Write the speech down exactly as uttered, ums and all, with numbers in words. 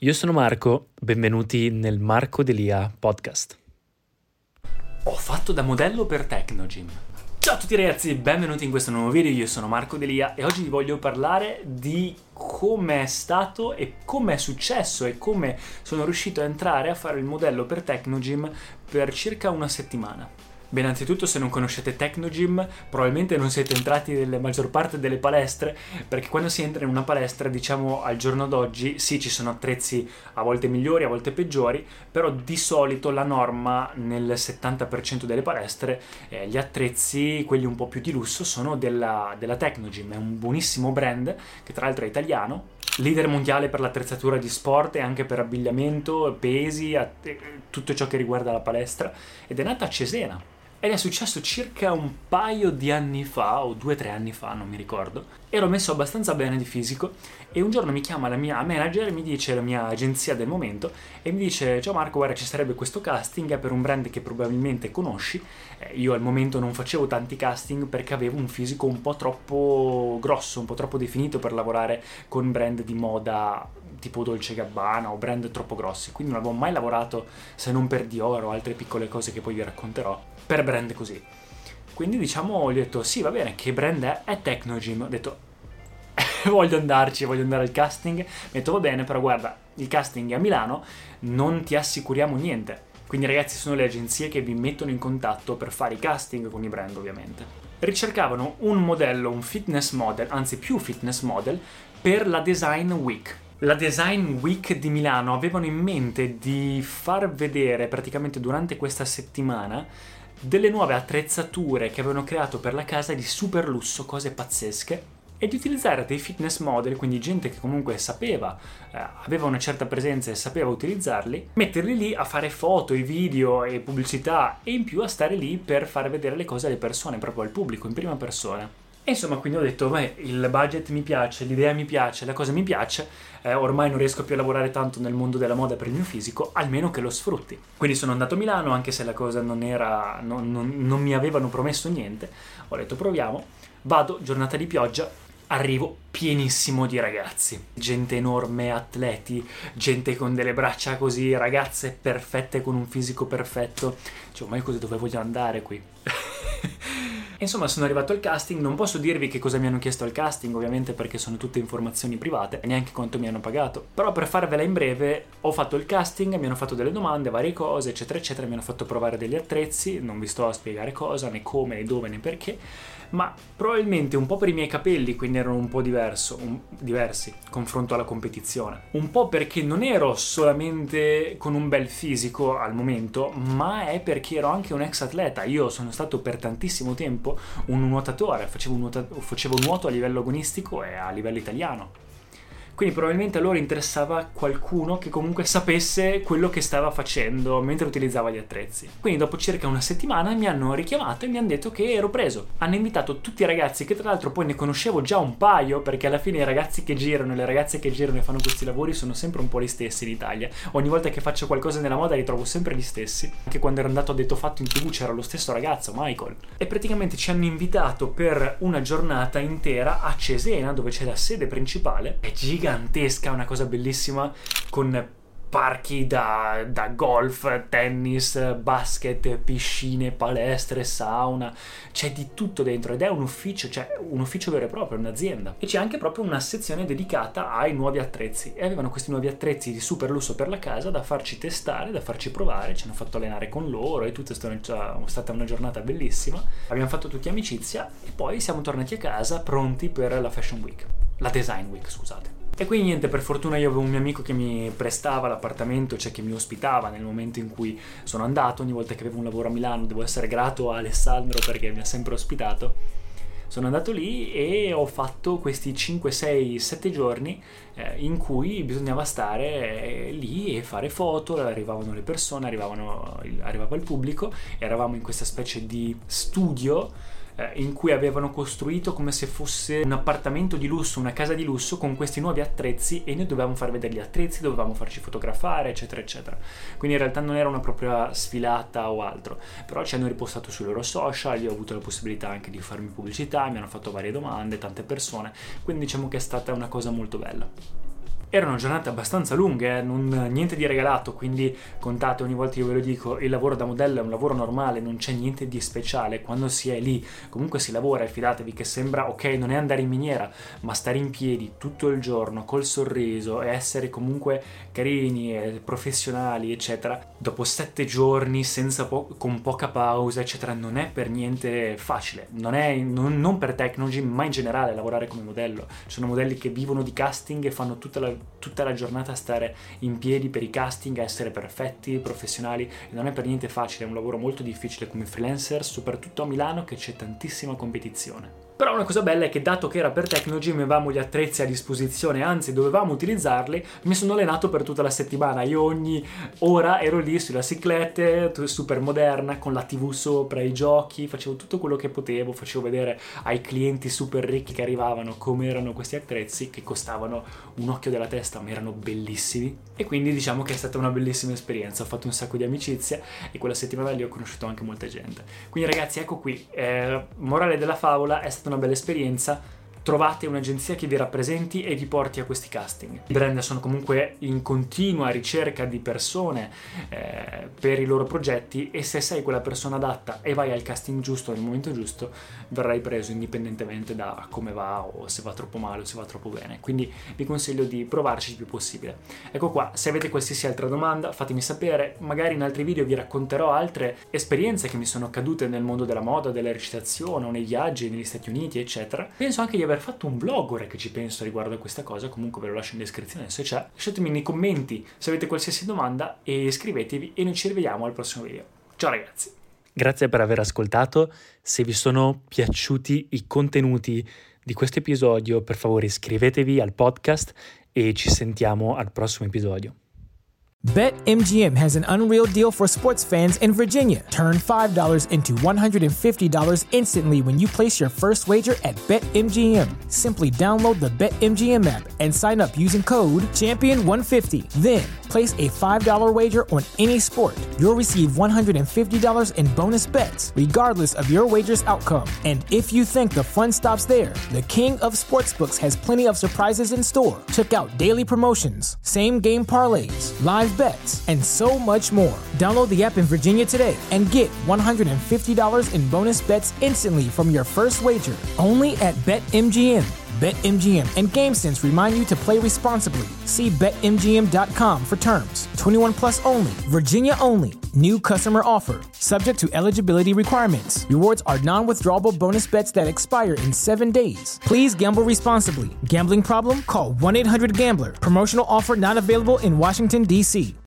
Io sono Marco, benvenuti nel Marco Delia podcast. Ho fatto da modello per Technogym. Ciao a tutti ragazzi, benvenuti in questo nuovo video, io sono Marco Delia e oggi vi voglio parlare di come è stato e come è successo e come sono riuscito a entrare a fare il modello per Technogym per circa una settimana. Beh, innanzitutto, se non conoscete Technogym, probabilmente non siete entrati nella maggior parte delle palestre, perché quando si entra in una palestra, diciamo al giorno d'oggi, sì, ci sono attrezzi a volte migliori, a volte peggiori, però di solito la norma nel settanta per cento delle palestre, eh, gli attrezzi, quelli un po' più di lusso, sono della, della Technogym. È un buonissimo brand, che tra l'altro è italiano, leader mondiale per l'attrezzatura di sport e anche per abbigliamento, pesi, att- tutto ciò che riguarda la palestra, ed è nata a Cesena. Ed è successo circa un paio di anni fa, o due o tre anni fa, non mi ricordo. Ero messo abbastanza bene di fisico e un giorno mi chiama la mia manager e mi dice, la mia agenzia del momento, e mi dice: ciao Marco, guarda, ci sarebbe questo casting, è per un brand che probabilmente conosci. Eh, io al momento non facevo tanti casting perché avevo un fisico un po' troppo grosso, un po' troppo definito per lavorare con brand di moda tipo Dolce Gabbana o brand troppo grossi, quindi non avevo mai lavorato, se non per Dior o altre piccole cose che poi vi racconterò, per brand così. Quindi diciamo, gli ho detto sì, va bene, che brand è? È Technogym. Ho detto voglio andarci, voglio andare al casting. Mi ha detto va bene, però guarda, il casting è a Milano, non ti assicuriamo niente. Quindi ragazzi, sono le agenzie che vi mettono in contatto per fare i casting con i brand, ovviamente. Ricercavano un modello, un fitness model, anzi più fitness model, per la Design Week. La Design Week di Milano avevano in mente di far vedere praticamente durante questa settimana delle nuove attrezzature che avevano creato per la casa di super lusso, cose pazzesche, e di utilizzare dei fitness model, quindi gente che comunque sapeva, eh, aveva una certa presenza e sapeva utilizzarli, metterli lì a fare foto, i video e pubblicità, e in più a stare lì per fare vedere le cose alle persone, proprio al pubblico, in prima persona. E insomma, quindi ho detto, beh, il budget mi piace, l'idea mi piace, la cosa mi piace, eh, ormai non riesco più a lavorare tanto nel mondo della moda per il mio fisico, almeno che lo sfrutti. Quindi sono andato a Milano, anche se la cosa non era, non, non, non mi avevano promesso niente, ho detto proviamo, vado, giornata di pioggia, arrivo pienissimo di ragazzi, gente enorme, atleti, gente con delle braccia così, ragazze perfette con un fisico perfetto. Cioè, ma io così dove voglio andare qui? Insomma, sono arrivato al casting, non posso dirvi che cosa mi hanno chiesto al casting, ovviamente, perché sono tutte informazioni private, e neanche quanto mi hanno pagato. Però per farvela in breve, ho fatto il casting, mi hanno fatto delle domande, varie cose, eccetera, eccetera, mi hanno fatto provare degli attrezzi, non vi sto a spiegare cosa, né come, né dove, né perché, ma probabilmente un po' per i miei capelli, quindi erano un po' diverso, un, diversi, confronto alla competizione. Un po' perché non ero solamente con un bel fisico al momento, ma è perché ero anche un ex atleta. Io sono stato per tantissimo tempo un nuotatore, facevo, un nuota- facevo nuoto a livello agonistico e a livello italiano. Quindi probabilmente a loro interessava qualcuno che comunque sapesse quello che stava facendo mentre utilizzava gli attrezzi. Quindi dopo circa una settimana mi hanno richiamato e mi hanno detto che ero preso. Hanno invitato tutti i ragazzi, che tra l'altro poi ne conoscevo già un paio, perché alla fine i ragazzi che girano e le ragazze che girano e fanno questi lavori sono sempre un po' gli stessi in Italia. Ogni volta che faccio qualcosa nella moda ritrovo sempre gli stessi. Anche quando ero andato a Detto Fatto in tivù c'era lo stesso ragazzo, Michael. E praticamente ci hanno invitato per una giornata intera a Cesena, dove c'è la sede principale. È gigantesca, una cosa bellissima, con parchi da, da golf, tennis, basket, piscine, palestre, sauna, c'è di tutto dentro ed è un ufficio, cioè un ufficio vero e proprio, un'azienda. E c'è anche proprio una sezione dedicata ai nuovi attrezzi, e avevano questi nuovi attrezzi di super lusso per la casa da farci testare, da farci provare, ci hanno fatto allenare con loro e tutto, è stata una giornata bellissima. Abbiamo fatto tutti amicizia e poi siamo tornati a casa pronti per la Fashion Week, la Design Week, scusate. E quindi niente, per fortuna io avevo un mio amico che mi prestava l'appartamento, cioè che mi ospitava nel momento in cui sono andato. Ogni volta che avevo un lavoro a Milano devo essere grato a Alessandro perché mi ha sempre ospitato. Sono andato lì e ho fatto questi cinque, sei, sette giorni eh, in cui bisognava stare eh, lì e fare foto, arrivavano le persone, arrivavano, arrivava il pubblico, eravamo in questa specie di studio in cui avevano costruito come se fosse un appartamento di lusso, una casa di lusso con questi nuovi attrezzi, e noi dovevamo far vedere gli attrezzi, dovevamo farci fotografare, eccetera eccetera. Quindi in realtà non era una propria sfilata o altro, però ci hanno ripostato sui loro social, io ho avuto la possibilità anche di farmi pubblicità, mi hanno fatto varie domande, tante persone, quindi diciamo che è stata una cosa molto bella. Erano giornate abbastanza lunghe, eh? non, niente di regalato, quindi contate, ogni volta io ve lo dico, il lavoro da modello è un lavoro normale, non c'è niente di speciale. Quando si è lì comunque si lavora, e fidatevi che sembra, ok, non è andare in miniera, ma stare in piedi tutto il giorno col sorriso e essere comunque carini e professionali eccetera, dopo sette giorni senza po- con poca pausa eccetera, non è per niente facile. Non è non, non per Technogym, ma in generale lavorare come modello. Ci sono modelli che vivono di casting e fanno tutta la, tutta la giornata a stare in piedi per i casting, a essere perfetti, professionali, e non è per niente facile. È un lavoro molto difficile come freelancer, soprattutto a Milano, che c'è tantissima competizione. Però una cosa bella è che, dato che era per Technogym, avevamo gli attrezzi a disposizione, anzi dovevamo utilizzarli, mi sono allenato per tutta la settimana. Io ogni ora ero lì sulla ciclette super moderna, con la tivù sopra, i giochi, facevo tutto quello che potevo, facevo vedere ai clienti super ricchi che arrivavano come erano questi attrezzi, che costavano un occhio della testa ma erano bellissimi, e quindi diciamo che è stata una bellissima esperienza. Ho fatto un sacco di amicizie e quella settimana lì ho conosciuto anche molta gente. Quindi ragazzi, ecco qui, eh, morale della favola, è stata una bella esperienza. Trovate un'agenzia che vi rappresenti e vi porti a questi casting. I brand sono comunque in continua ricerca di persone eh, per i loro progetti, e se sei quella persona adatta e vai al casting giusto nel momento giusto, verrai preso indipendentemente da come va, o se va troppo male o se va troppo bene. Quindi vi consiglio di provarci il più possibile. Ecco qua, se avete qualsiasi altra domanda fatemi sapere, magari in altri video vi racconterò altre esperienze che mi sono accadute nel mondo della moda, della recitazione o nei viaggi negli Stati Uniti eccetera. Penso anche di aver fatto un vlog, ora che ci penso, riguardo a questa cosa. Comunque ve lo lascio in descrizione se c'è. Lasciatemi nei commenti se avete qualsiasi domanda e iscrivetevi, e noi ci rivediamo al prossimo video. Ciao ragazzi! Grazie per aver ascoltato. Se vi sono piaciuti i contenuti di questo episodio, per favore iscrivetevi al podcast e ci sentiamo al prossimo episodio. BetMGM has an unreal deal for sports fans in Virginia. Turn five dollars into one hundred fifty dollars instantly when you place your first wager at BetMGM. Simply download the BetMGM app and sign up using code champion one fifty. Then, place a five dollars wager on any sport. You'll receive one hundred fifty dollars in bonus bets, regardless of your wager's outcome. And if you think the fun stops there, the king of sportsbooks has plenty of surprises in store. Check out daily promotions, same-game parlays, live bets, and so much more. Download the app in Virginia today and get one hundred fifty dollars in bonus bets instantly from your first wager, only at BetMGM. BetMGM and GameSense remind you to play responsibly. See Bet M G M dot com for terms. twenty-one plus only. Virginia only. New customer offer. Subject to eligibility requirements. Rewards are non-withdrawable bonus bets that expire in seven days. Please gamble responsibly. Gambling problem? Call one eight hundred gambler. Promotional offer not available in Washington, D C